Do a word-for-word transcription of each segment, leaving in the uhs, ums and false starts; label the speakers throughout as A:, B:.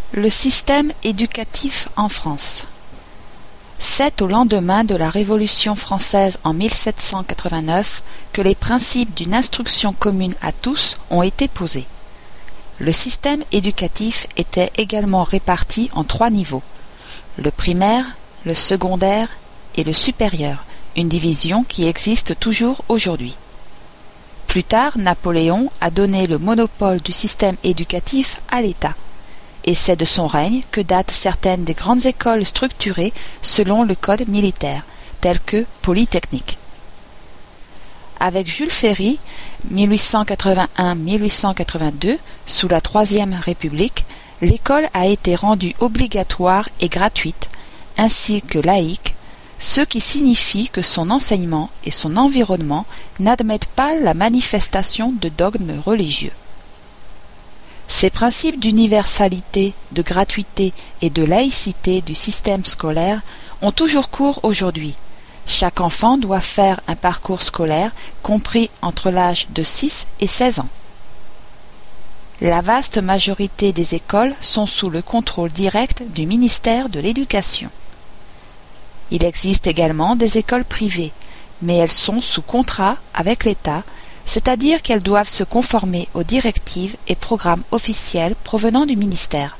A: Le système éducatif en France. C'est au lendemain de la Révolution française en mille sept cent quatre-vingt-neuf que les principes d'une instruction commune à tous ont été posés. Le système éducatif était également réparti en trois niveaux, le primaire, le secondaire et le supérieur, une division qui existe toujours aujourd'hui. Plus tard, Napoléon a donné le monopole du système éducatif à l'État. Et c'est de son règne que datent certaines des grandes écoles structurées selon le code militaire, telles que Polytechnique. Avec Jules Ferry, mille huit cent quatre-vingt-un à mille huit cent quatre-vingt-deux, sous la Troisième République, l'école a été rendue obligatoire et gratuite, ainsi que laïque, ce qui signifie que son enseignement et son environnement n'admettent pas la manifestation de dogmes religieux. Ces principes d'universalité, de gratuité et de laïcité du système scolaire ont toujours cours aujourd'hui. Chaque enfant doit faire un parcours scolaire compris entre l'âge de six et seize ans. La vaste majorité des écoles sont sous le contrôle direct du ministère de l'Éducation. Il existe également des écoles privées, mais elles sont sous contrat avec l'État, c'est-à-dire qu'elles doivent se conformer aux directives et programmes officiels provenant du ministère.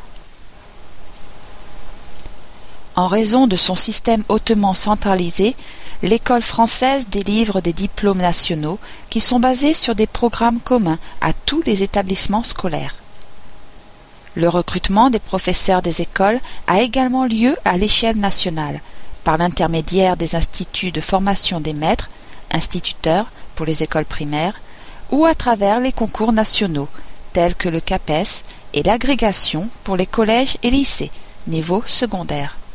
A: En raison de son système hautement centralisé, l'école française délivre des diplômes nationaux qui sont basés sur des programmes communs à tous les établissements scolaires. Le recrutement des professeurs des écoles a également lieu à l'échelle nationale, par l'intermédiaire des instituts de formation des maîtres, instituteurs pour les écoles primaires, ou à travers les concours nationaux, tels que le CAPES et l'agrégation pour les collèges et lycées, niveau secondaire.